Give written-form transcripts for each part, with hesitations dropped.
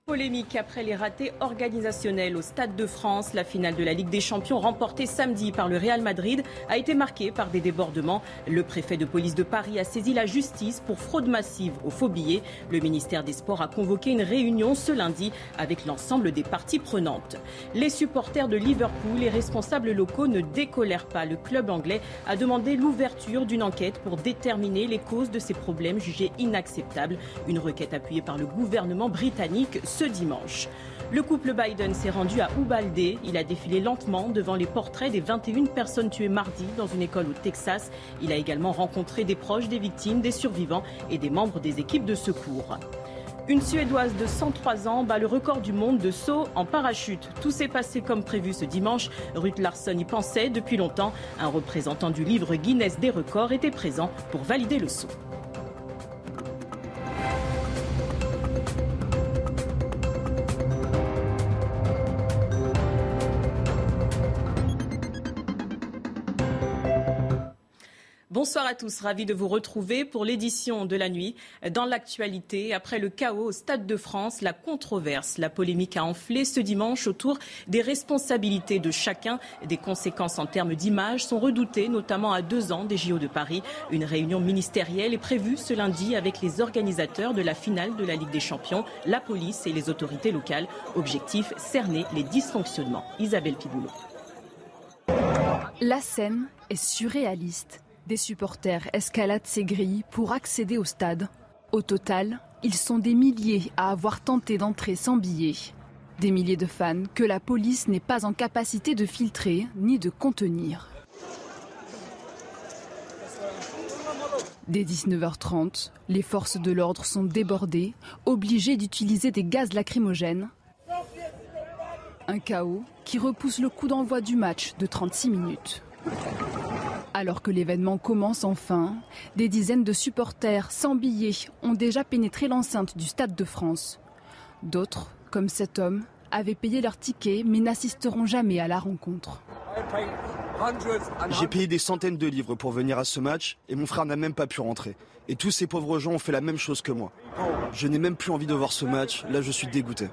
Polémique après les ratés organisationnels au Stade de France. La finale de la Ligue des Champions remportée samedi par le Real Madrid a été marquée par des débordements. Le préfet de police de Paris a saisi la justice pour fraude massive aux faux billets. Le ministère des Sports a convoqué une réunion ce lundi avec l'ensemble des parties prenantes. Les supporters de Liverpool et responsables locaux ne décolèrent pas. Le club anglais a demandé l'ouverture d'une enquête pour déterminer les causes de ces problèmes jugés inacceptables. Une requête appuyée par le gouvernement britannique ce dimanche. Le couple Biden s'est rendu à Uvalde. Il a défilé lentement devant les portraits des 21 personnes tuées mardi dans une école au Texas. Il a également rencontré des proches des victimes, des survivants et des membres des équipes de secours. Une Suédoise de 103 ans bat le record du monde de saut en parachute. Tout s'est passé comme prévu ce dimanche. Ruth Larsson y pensait depuis longtemps. Un représentant du livre Guinness des records était présent pour valider le saut. Bonsoir à tous, ravi de vous retrouver pour l'édition de la nuit. Dans l'actualité, après le chaos au Stade de France, la controverse, la polémique a enflé ce dimanche autour des responsabilités de chacun. Des conséquences en termes d'image sont redoutées, notamment à 2 ans des JO de Paris. Une réunion ministérielle est prévue ce lundi avec les organisateurs de la finale de la Ligue des Champions, la police et les autorités locales. Objectif, cerner les dysfonctionnements. Isabelle Piboulot. La scène est surréaliste. Des supporters escaladent ces grilles pour accéder au stade. Au total, ils sont des milliers à avoir tenté d'entrer sans billet. Des milliers de fans que la police n'est pas en capacité de filtrer ni de contenir. Dès 19h30, les forces de l'ordre sont débordées, obligées d'utiliser des gaz lacrymogènes. Un chaos qui repousse le coup d'envoi du match de 36 minutes. Alors que l'événement commence enfin, des dizaines de supporters sans billets ont déjà pénétré l'enceinte du Stade de France. D'autres, comme cet homme, avaient payé leur ticket mais n'assisteront jamais à la rencontre. J'ai payé des centaines de livres pour venir à ce match et mon frère n'a même pas pu rentrer. Et tous ces pauvres gens ont fait la même chose que moi. Je n'ai même plus envie de voir ce match, là je suis dégoûté.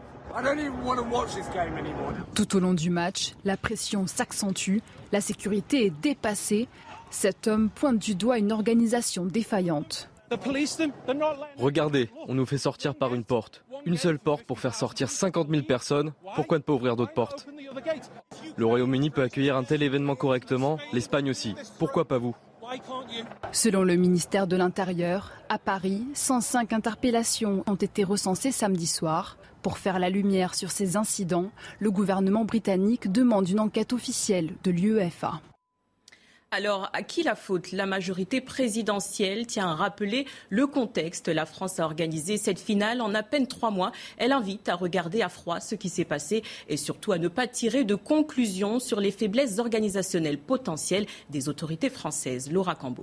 Tout au long du match, la pression s'accentue, la sécurité est dépassée. Cet homme pointe du doigt une organisation défaillante. Regardez, on nous fait sortir par une porte. Une seule porte pour faire sortir 50 000 personnes. Pourquoi ne pas ouvrir d'autres portes? Le Royaume-Uni peut accueillir un tel événement correctement, l'Espagne aussi. Pourquoi pas vous? Selon le ministère de l'Intérieur, à Paris, 105 interpellations ont été recensées samedi soir. Pour faire la lumière sur ces incidents, le gouvernement britannique demande une enquête officielle de l'UEFA. Alors, à qui la faute? La majorité présidentielle tient à rappeler le contexte. La France a organisé cette finale en à peine 3 mois. Elle invite à regarder à froid ce qui s'est passé et surtout à ne pas tirer de conclusions sur les faiblesses organisationnelles potentielles des autorités françaises. Laura Cambo.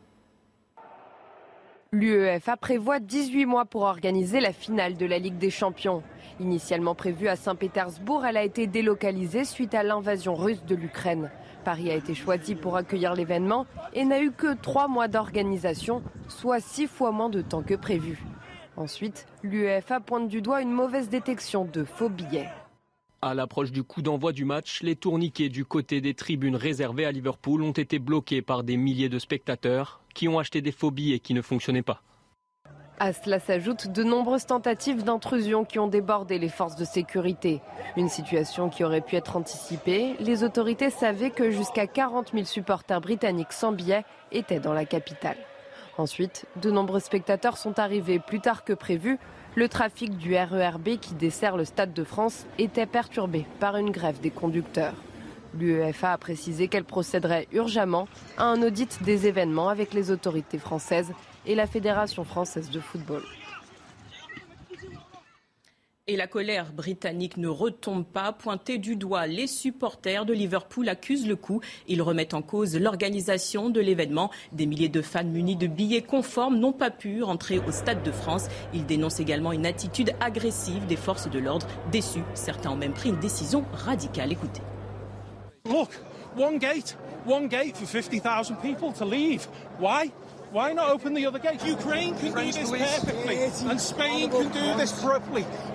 L'UEFA prévoit 18 mois pour organiser la finale de la Ligue des Champions. Initialement prévue à Saint-Pétersbourg, elle a été délocalisée suite à l'invasion russe de l'Ukraine. Paris a été choisi pour accueillir l'événement et n'a eu que 3 mois d'organisation, soit 6 fois moins de temps que prévu. Ensuite, l'UEFA pointe du doigt une mauvaise détection de faux billets. À l'approche du coup d'envoi du match, les tourniquets du côté des tribunes réservées à Liverpool ont été bloqués par des milliers de spectateurs qui ont acheté des faux billets qui ne fonctionnaient pas. À cela s'ajoutent de nombreuses tentatives d'intrusion qui ont débordé les forces de sécurité. Une situation qui aurait pu être anticipée. Les autorités savaient que jusqu'à 40 000 supporters britanniques sans billets étaient dans la capitale. Ensuite, de nombreux spectateurs sont arrivés plus tard que prévu. Le trafic du RER B qui dessert le Stade de France était perturbé par une grève des conducteurs. L'UEFA a précisé qu'elle procéderait urgemment à un audit des événements avec les autorités françaises et la Fédération française de football. Et la colère britannique ne retombe pas. Pointés du doigt, les supporters de Liverpool accusent le coup. Ils remettent en cause l'organisation de l'événement. Des milliers de fans munis de billets conformes n'ont pas pu rentrer au Stade de France. Ils dénoncent également une attitude agressive des forces de l'ordre. Déçus, certains ont même pris une décision radicale. Écoutez. Look, one gate for 50,000 people to leave. Why? Why not open the other gate? Ukraine can do this perfectly and Spain can do this properly.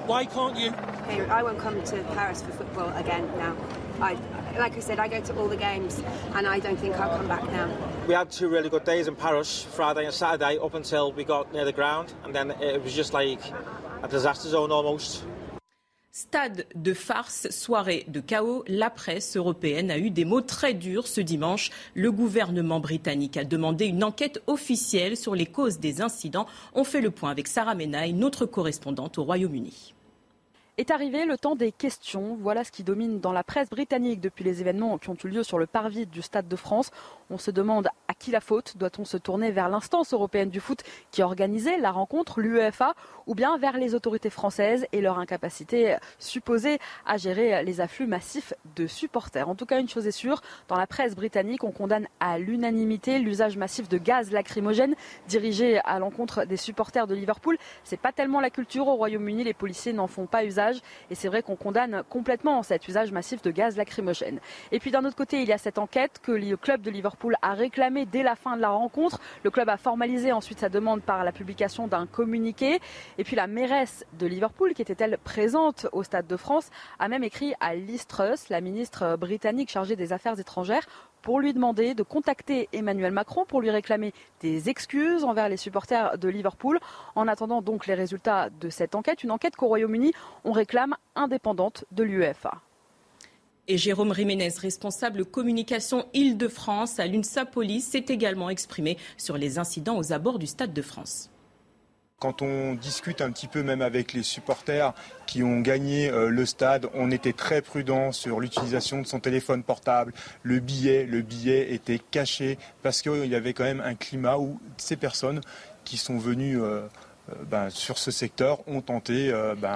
Why can't you? I won't come to Paris for football again now. Like I said, I go to all the games, and I don't think I'll come back now. We had 2 really good days in Paris, Friday and Saturday, up until we got near the ground, and then it was just like a disaster zone almost. Stade de farce, soirée de chaos, la presse européenne a eu des mots très durs ce dimanche. Le gouvernement britannique a demandé une enquête officielle sur les causes des incidents. On fait le point avec Sarah Menaille, notre correspondante au Royaume-Uni. Est arrivé le temps des questions. Voilà ce qui domine dans la presse britannique depuis les événements qui ont eu lieu sur le parvis du Stade de France. On se demande à qui la faute. Doit-on se tourner vers l'instance européenne du foot qui a organisé la rencontre, l'UEFA, ou bien vers les autorités françaises et leur incapacité supposée à gérer les afflux massifs de supporters. En tout cas, une chose est sûre, dans la presse britannique, on condamne à l'unanimité l'usage massif de gaz lacrymogène dirigé à l'encontre des supporters de Liverpool. C'est pas tellement la culture au Royaume-Uni, les policiers n'en font pas usage. Et c'est vrai qu'on condamne complètement cet usage massif de gaz lacrymogène. Et puis d'un autre côté, il y a cette enquête que le club de Liverpool a réclamée dès la fin de la rencontre. Le club a formalisé ensuite sa demande par la publication d'un communiqué. Et puis la mairesse de Liverpool, qui était-elle présente au Stade de France, a même écrit à Liz Truss, la ministre britannique chargée des Affaires étrangères, pour lui demander de contacter Emmanuel Macron pour lui réclamer des excuses envers les supporters de Liverpool. En attendant donc les résultats de cette enquête, une enquête qu'au Royaume-Uni, on réclame indépendante de l'UEFA. Et Jérôme Jiménez, responsable communication Île-de-France à l'UNSA Police, s'est également exprimé sur les incidents aux abords du Stade de France. Quand on discute un petit peu même avec les supporters qui ont gagné le stade, on était très prudent sur l'utilisation de son téléphone portable. Le billet était caché parce qu'il y avait quand même un climat où ces personnes qui sont venues sur ce secteur ont tenté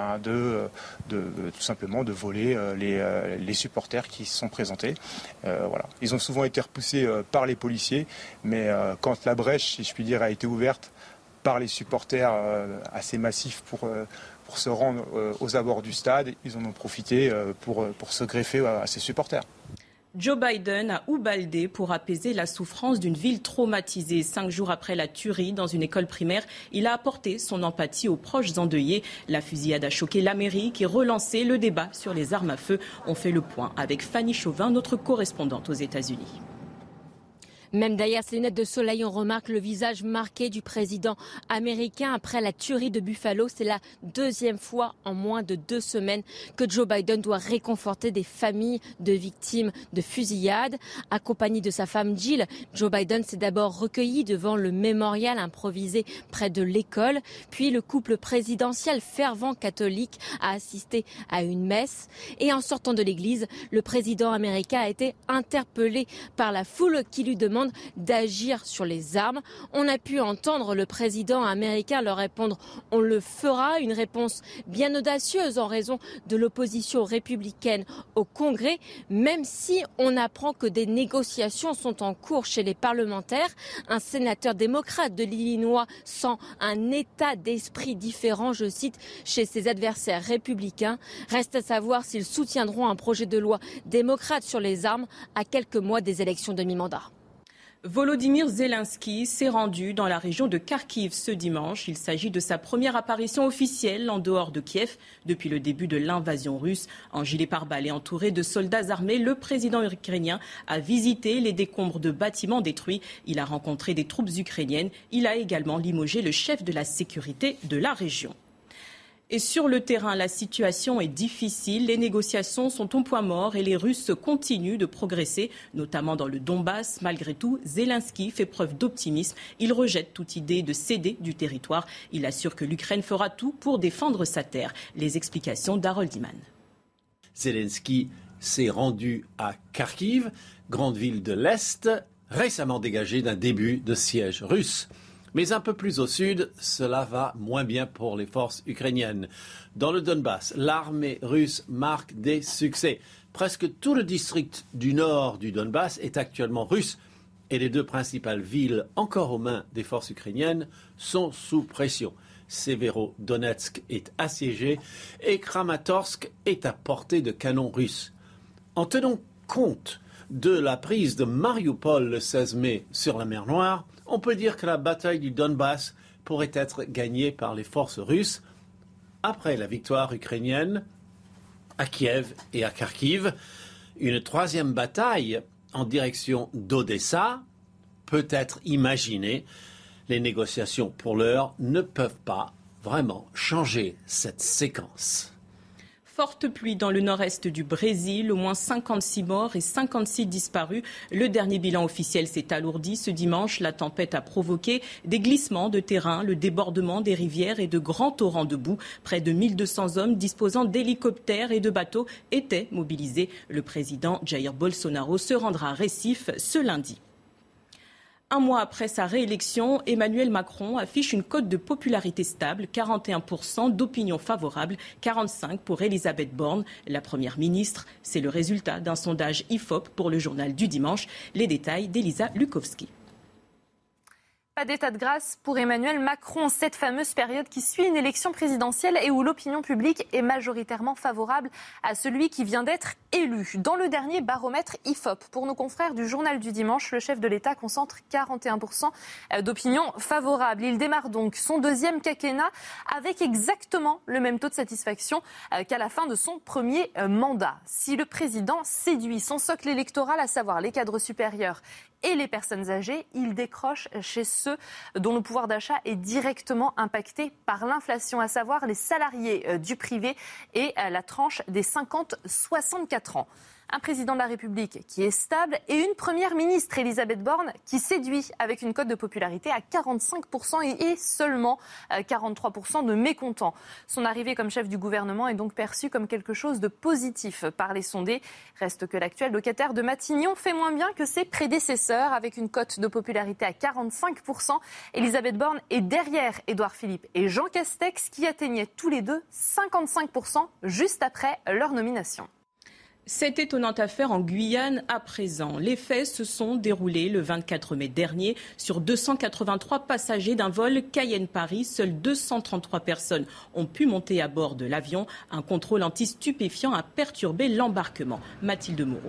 tout simplement de voler les supporters qui se sont présentés. Voilà. Ils ont souvent été repoussés par les policiers, mais quand la brèche, si je puis dire, a été ouverte par les supporters assez massifs pour se rendre aux abords du stade, ils en ont profité pour se greffer à ces supporters. Joe Biden a Ubalde pour apaiser la souffrance d'une ville traumatisée. 5 jours après la tuerie dans une école primaire, il a apporté son empathie aux proches endeuillés. La fusillade a choqué l'Amérique et relancé le débat sur les armes à feu. On fait le point avec Fanny Chauvin, notre correspondante aux États-Unis. Même derrière ses lunettes de soleil, on remarque le visage marqué du président américain après la tuerie de Buffalo. C'est la 2e fois en moins de 2 semaines que Joe Biden doit réconforter des familles de victimes de fusillades. Accompagné de sa femme Jill, Joe Biden s'est d'abord recueilli devant le mémorial improvisé près de l'école. Puis le couple présidentiel fervent catholique a assisté à une messe. Et en sortant de l'église, le président américain a été interpellé par la foule qui lui demande d'agir sur les armes. On a pu entendre le président américain leur répondre « on le fera », une réponse bien audacieuse en raison de l'opposition républicaine au Congrès, même si on apprend que des négociations sont en cours chez les parlementaires. Un sénateur démocrate de l'Illinois sent un état d'esprit différent, je cite, chez ses adversaires républicains. Reste à savoir s'ils soutiendront un projet de loi démocrate sur les armes à quelques mois des élections de mi-mandat. Volodymyr Zelensky s'est rendu dans la région de Kharkiv ce dimanche. Il s'agit de sa première apparition officielle en dehors de Kiev depuis le début de l'invasion russe. En gilet pare-balles et entouré de soldats armés, le président ukrainien a visité les décombres de bâtiments détruits. Il a rencontré des troupes ukrainiennes. Il a également limogé le chef de la sécurité de la région. Et sur le terrain, la situation est difficile. Les négociations sont au point mort et les Russes continuent de progresser, notamment dans le Donbass. Malgré tout, Zelensky fait preuve d'optimisme. Il rejette toute idée de céder du territoire. Il assure que l'Ukraine fera tout pour défendre sa terre. Les explications d'Harold Iman. Zelensky s'est rendu à Kharkiv, grande ville de l'Est, récemment dégagée d'un début de siège russe. Mais un peu plus au sud, cela va moins bien pour les forces ukrainiennes. Dans le Donbass, l'armée russe marque des succès. Presque tout le district du nord du Donbass est actuellement russe et les 2 principales villes encore aux mains des forces ukrainiennes sont sous pression. Severodonetsk est assiégé et Kramatorsk est à portée de canon russe. En tenant compte de la prise de Mariupol le 16 mai sur la mer Noire, on peut dire que la bataille du Donbass pourrait être gagnée par les forces russes après la victoire ukrainienne à Kiev et à Kharkiv. Une troisième bataille en direction d'Odessa peut être imaginée. Les négociations, pour l'heure, ne peuvent pas vraiment changer cette séquence. Forte pluie dans le nord-est du Brésil, au moins 56 morts et 56 disparus. Le dernier bilan officiel s'est alourdi ce dimanche. La tempête a provoqué des glissements de terrain, le débordement des rivières et de grands torrents de boue. Près de 1200 hommes disposant d'hélicoptères et de bateaux étaient mobilisés. Le président Jair Bolsonaro se rendra à Recife ce lundi. Un mois après sa réélection, Emmanuel Macron affiche une cote de popularité stable, 41% d'opinion favorable, 45% pour Elisabeth Borne, la première ministre. C'est le résultat d'un sondage IFOP pour le journal du dimanche. Les détails d'Elisa Lukowski. Pas d'état de grâce pour Emmanuel Macron, cette fameuse période qui suit une élection présidentielle et où l'opinion publique est majoritairement favorable à celui qui vient d'être élu. Dans le dernier baromètre IFOP, pour nos confrères du journal du dimanche, le chef de l'État concentre 41% d'opinion favorable. Il démarre donc son deuxième quinquennat avec exactement le même taux de satisfaction qu'à la fin de son premier mandat. Si le président séduit son socle électoral, à savoir les cadres supérieurs et les personnes âgées, il décroche chez ceux dont le pouvoir d'achat est directement impacté par l'inflation, à savoir les salariés du privé et la tranche des 50-64 ans. Un président de la République qui est stable et une première ministre, Elisabeth Borne, qui séduit avec une cote de popularité à 45% et seulement 43% de mécontents. Son arrivée comme chef du gouvernement est donc perçue comme quelque chose de positif par les sondés. Reste que l'actuel locataire de Matignon fait moins bien que ses prédécesseurs avec une cote de popularité à 45%. Elisabeth Borne est derrière Édouard Philippe et Jean Castex qui atteignaient tous les deux 55% juste après leur nomination. Cette étonnante affaire en Guyane à présent. Les faits se sont déroulés le 24 mai dernier. Sur 283 passagers d'un vol Cayenne-Paris, seules 233 personnes ont pu monter à bord de l'avion. Un contrôle anti-stupéfiant a perturbé l'embarquement. Mathilde Moreau.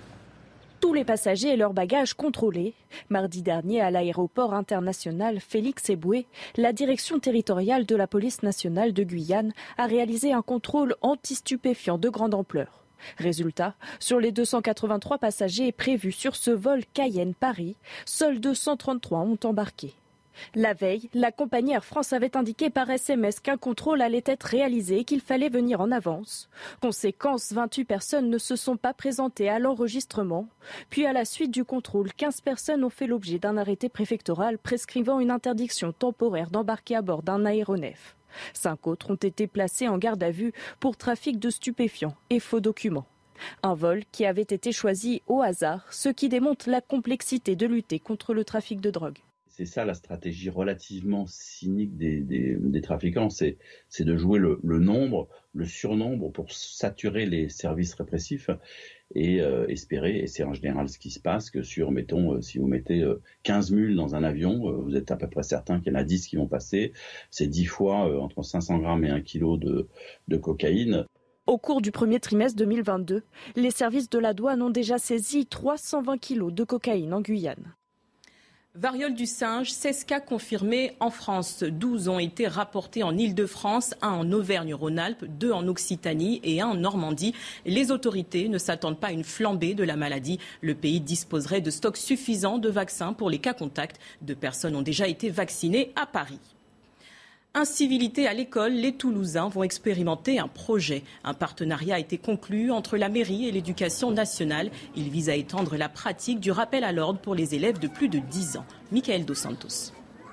Tous les passagers et leurs bagages contrôlés. Mardi dernier, à l'aéroport international Félix Éboué, la direction territoriale de la police nationale de Guyane a réalisé un contrôle anti-stupéfiant de grande ampleur. Résultat, sur les 283 passagers prévus sur ce vol Cayenne-Paris, seuls 233 ont embarqué. La veille, la compagnie Air France avait indiqué par SMS qu'un contrôle allait être réalisé et qu'il fallait venir en avance. Conséquence, 28 personnes ne se sont pas présentées à l'enregistrement. Puis à la suite du contrôle, 15 personnes ont fait l'objet d'un arrêté préfectoral prescrivant une interdiction temporaire d'embarquer à bord d'un aéronef. 5 autres ont été placés en garde à vue pour trafic de stupéfiants et faux documents. Un vol qui avait été choisi au hasard, ce qui démontre la complexité de lutter contre le trafic de drogue. C'est ça la stratégie relativement cynique des trafiquants, c'est de jouer le nombre, le surnombre pour saturer les services répressifs et espérer, et c'est en général ce qui se passe, que sur, mettons, si vous mettez 15 mules dans un avion, vous êtes à peu près certain qu'il y en a 10 qui vont passer, c'est 10 fois entre 500 grammes et 1 kilo de cocaïne. Au cours du premier trimestre 2022, les services de la douane ont déjà saisi 320 kilos de cocaïne en Guyane. Variole du singe, 16 cas confirmés en France. 12 ont été rapportés en Île-de-France, 1 en Auvergne-Rhône-Alpes, 2 en Occitanie et 1 en Normandie. Les autorités ne s'attendent pas à une flambée de la maladie. Le pays disposerait de stocks suffisants de vaccins pour les cas contacts. 2 personnes ont déjà été vaccinées à Paris. Incivilité à l'école, les Toulousains vont expérimenter un projet. Un partenariat a été conclu entre la mairie et l'éducation nationale. Il vise à étendre la pratique du rappel à l'ordre pour les élèves de plus de 10 ans. Michael Dos Santos.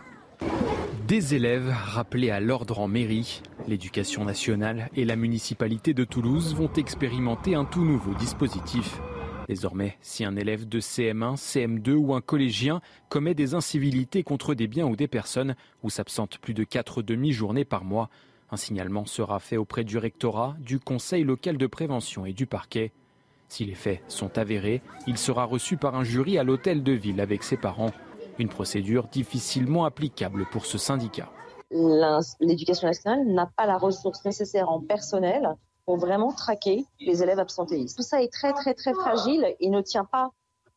Des élèves rappelés à l'ordre en mairie. L'éducation nationale et la municipalité de Toulouse vont expérimenter un tout nouveau dispositif. Désormais, si un élève de CM1, CM2 ou un collégien commet des incivilités contre des biens ou des personnes ou s'absente plus de 4 demi-journées par mois, un signalement sera fait auprès du rectorat, du conseil local de prévention et du parquet. Si les faits sont avérés, il sera reçu par un jury à l'hôtel de ville avec ses parents. Une procédure difficilement applicable pour ce syndicat. L'éducation nationale n'a pas la ressource nécessaire en personnel pour vraiment traquer les élèves absentéistes. Tout ça est très très très fragile et ne tient pas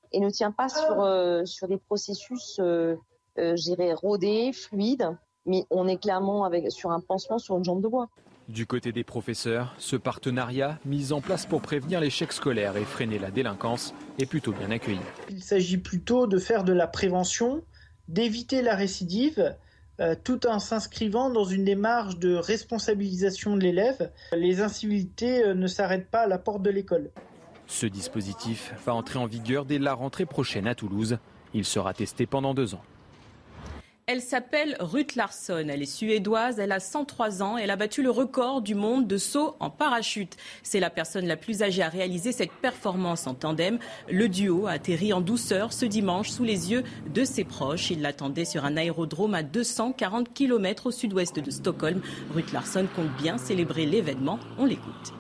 sur des processus rodés, fluides, mais on est clairement sur un pansement sur une jambe de bois. Du côté des professeurs, ce partenariat, mis en place pour prévenir l'échec scolaire et freiner la délinquance, est plutôt bien accueilli. Il s'agit plutôt de faire de la prévention, d'éviter la récidive, tout en s'inscrivant dans une démarche de responsabilisation de l'élève. Les incivilités ne s'arrêtent pas à la porte de l'école. Ce dispositif va entrer en vigueur dès la rentrée prochaine à Toulouse. Il sera testé pendant 2 ans. Elle s'appelle Ruth Larsson, elle est suédoise, elle a 103 ans, elle a battu le record du monde de saut en parachute. C'est la personne la plus âgée à réaliser cette performance en tandem. Le duo a atterri en douceur ce dimanche sous les yeux de ses proches. Il l'attendait sur un aérodrome à 240 km au sud-ouest de Stockholm. Ruth Larsson compte bien célébrer l'événement, on l'écoute.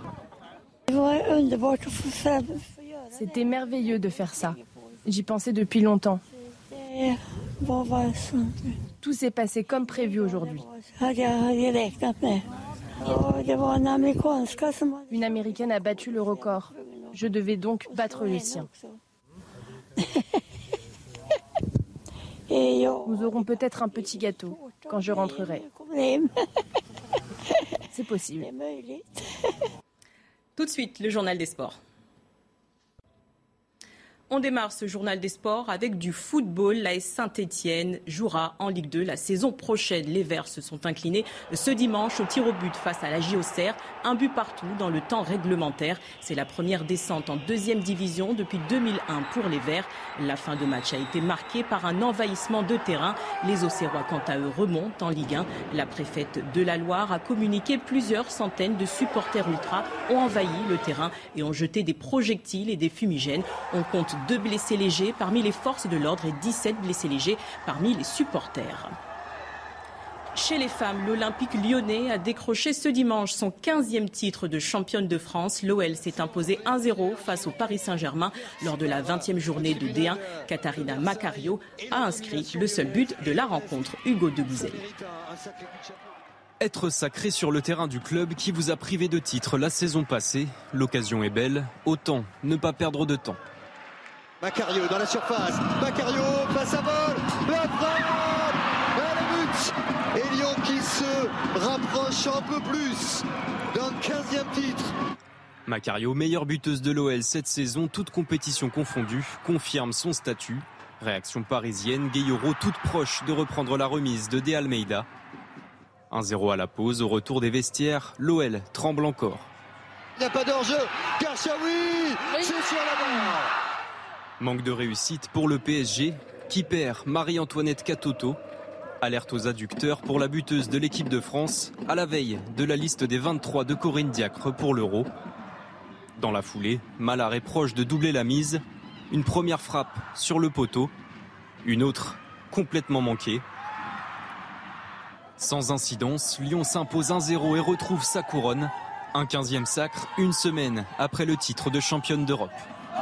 C'était merveilleux de faire ça. J'y pensais depuis longtemps. Tout s'est passé comme prévu aujourd'hui. Une Américaine a battu le record. Je devais donc battre le sien. Nous aurons peut-être un petit gâteau quand je rentrerai. C'est possible. Tout de suite, le journal des sports. On démarre ce journal des sports avec du football. L'AS Saint-Etienne jouera en Ligue 2 la saison prochaine. Les Verts se sont inclinés ce dimanche au tir au but face à la JOCR. 1 but partout dans le temps réglementaire. C'est la première descente en 2e division depuis 2001 pour les Verts. La fin de match a été marquée par un envahissement de terrain. Les Auxerrois, quant à eux, remontent en Ligue 1. La préfète de la Loire a communiqué. Plusieurs centaines de supporters ultras ont envahi le terrain et ont jeté des projectiles et des fumigènes. On compte 2 blessés légers parmi les forces de l'ordre et 17 blessés légers parmi les supporters. Chez les femmes, l'Olympique lyonnais a décroché ce dimanche son 15e titre de championne de France. L'OL s'est imposé 1-0 face au Paris Saint-Germain lors de la 20e journée de D1. Katarina Macario a inscrit le seul but de la rencontre. Hugo de Gouzel. Être sacré sur le terrain du club qui vous a privé de titre la saison passée, l'occasion est belle, autant ne pas perdre de temps. Macario dans la surface, Macario face à vol, la frappe, le but, et Lyon qui se rapproche un peu plus d'un 15e titre. Macario, meilleure buteuse de l'OL cette saison, toute compétition confondue, confirme son statut. Réaction parisienne, Gueyoro toute proche de reprendre la remise de De Almeida. 1-0 à la pause, au retour des vestiaires, l'OL tremble encore. Il n'y a pas d'enjeu, Karchaoui, c'est sur la barre. Manque de réussite pour le PSG, qui perd Marie-Antoinette Katoto. Alerte aux adducteurs pour la buteuse de l'équipe de France, à la veille de la liste des 23 de Corinne Diacre pour l'Euro. Dans la foulée, Mallard est proche de doubler la mise. Une première frappe sur le poteau, une autre complètement manquée. Sans incidence, Lyon s'impose 1-0 et retrouve sa couronne. Un 15e sacre, une semaine après le titre de championne d'Europe.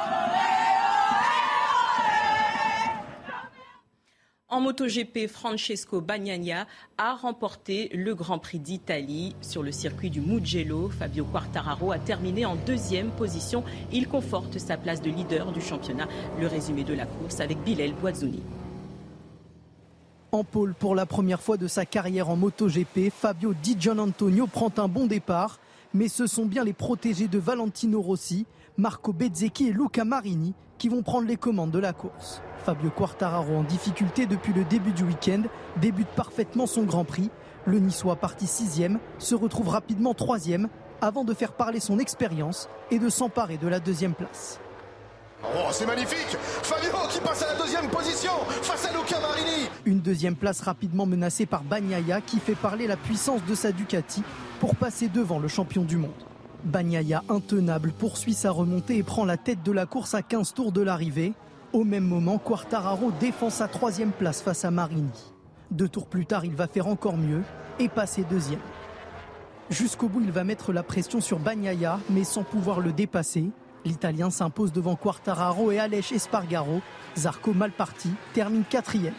En MotoGP, Francesco Bagnaia a remporté le Grand Prix d'Italie sur le circuit du Mugello. Fabio Quartararo a terminé en 2e position. Il conforte sa place de leader du championnat. Le résumé de la course avec Bilal Boazouni. En pôle pour la première fois de sa carrière en MotoGP, Fabio Di Giannantonio prend un bon départ. Mais ce sont bien les protégés de Valentino Rossi, Marco Bezzecchi et Luca Marini qui vont prendre les commandes de la course. Fabio Quartararo en difficulté depuis le début du week-end débute parfaitement son Grand Prix. Le Niçois parti 6e se retrouve rapidement 3e avant de faire parler son expérience et de s'emparer de la 2e place. Oh, c'est magnifique! Fabio qui passe à la 2e position face à Luca Marini. Une 2e place rapidement menacée par Bagnaia qui fait parler la puissance de sa Ducati pour passer devant le champion du monde. Bagnaia, intenable, poursuit sa remontée et prend la tête de la course à 15 tours de l'arrivée. Au même moment, Quartararo défend sa 3e place face à Marini. 2 tours plus tard, il va faire encore mieux et passer 2e. Jusqu'au bout, il va mettre la pression sur Bagnaia, mais sans pouvoir le dépasser. L'Italien s'impose devant Quartararo et Aleix Espargaro. Zarco, mal parti, termine 4e.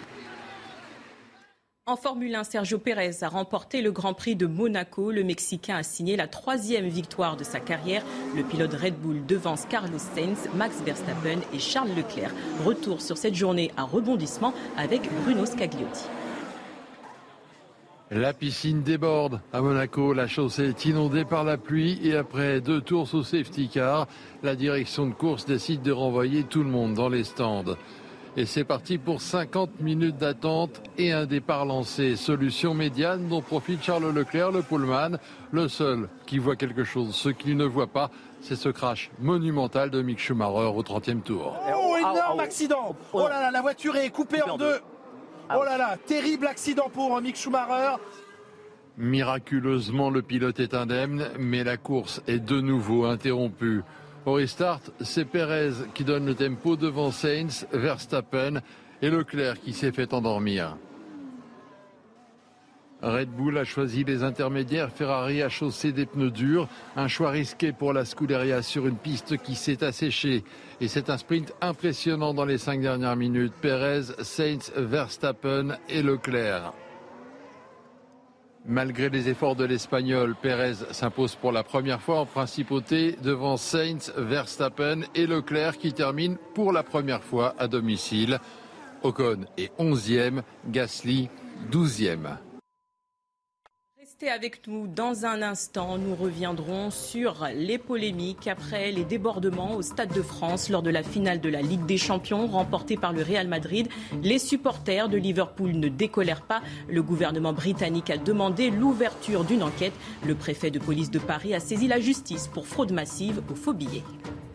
En Formule 1, Sergio Pérez a remporté le Grand Prix de Monaco. Le Mexicain a signé la 3e victoire de sa carrière. Le pilote Red Bull devance Carlos Sainz, Max Verstappen et Charles Leclerc. Retour sur cette journée à rebondissement avec Bruno Scagliotti. La piscine déborde. À Monaco, la chaussée est inondée par la pluie et après 2 tours sous safety car, la direction de course décide de renvoyer tout le monde dans les stands. Et c'est parti pour 50 minutes d'attente et un départ lancé. Solution médiane dont profite Charles Leclerc, le poleman, le seul qui voit quelque chose. Ce qu'il ne voit pas, c'est ce crash monumental de Mick Schumacher au 30e tour. Oh, énorme accident! Oh là là, la voiture est coupée en deux. Oh là là, terrible accident pour Mick Schumacher. Miraculeusement, le pilote est indemne, mais la course est de nouveau interrompue. Au restart, c'est Pérez qui donne le tempo devant Sainz, Verstappen et Leclerc qui s'est fait endormir. Red Bull a choisi les intermédiaires, Ferrari a chaussé des pneus durs, un choix risqué pour la Scuderia sur une piste qui s'est asséchée. Et c'est un sprint impressionnant dans les 5 dernières minutes. Pérez, Sainz, Verstappen et Leclerc. Malgré les efforts de l'Espagnol, Pérez s'impose pour la première fois en principauté devant Sainz, Verstappen et Leclerc qui terminent pour la première fois à domicile. Ocon est 11e, Gasly 12e. Restez avec nous dans un instant. Nous reviendrons sur les polémiques après les débordements au Stade de France lors de la finale de la Ligue des Champions remportée par le Real Madrid. Les supporters de Liverpool ne décolèrent pas. Le gouvernement britannique a demandé l'ouverture d'une enquête. Le préfet de police de Paris a saisi la justice pour fraude massive aux faux billets.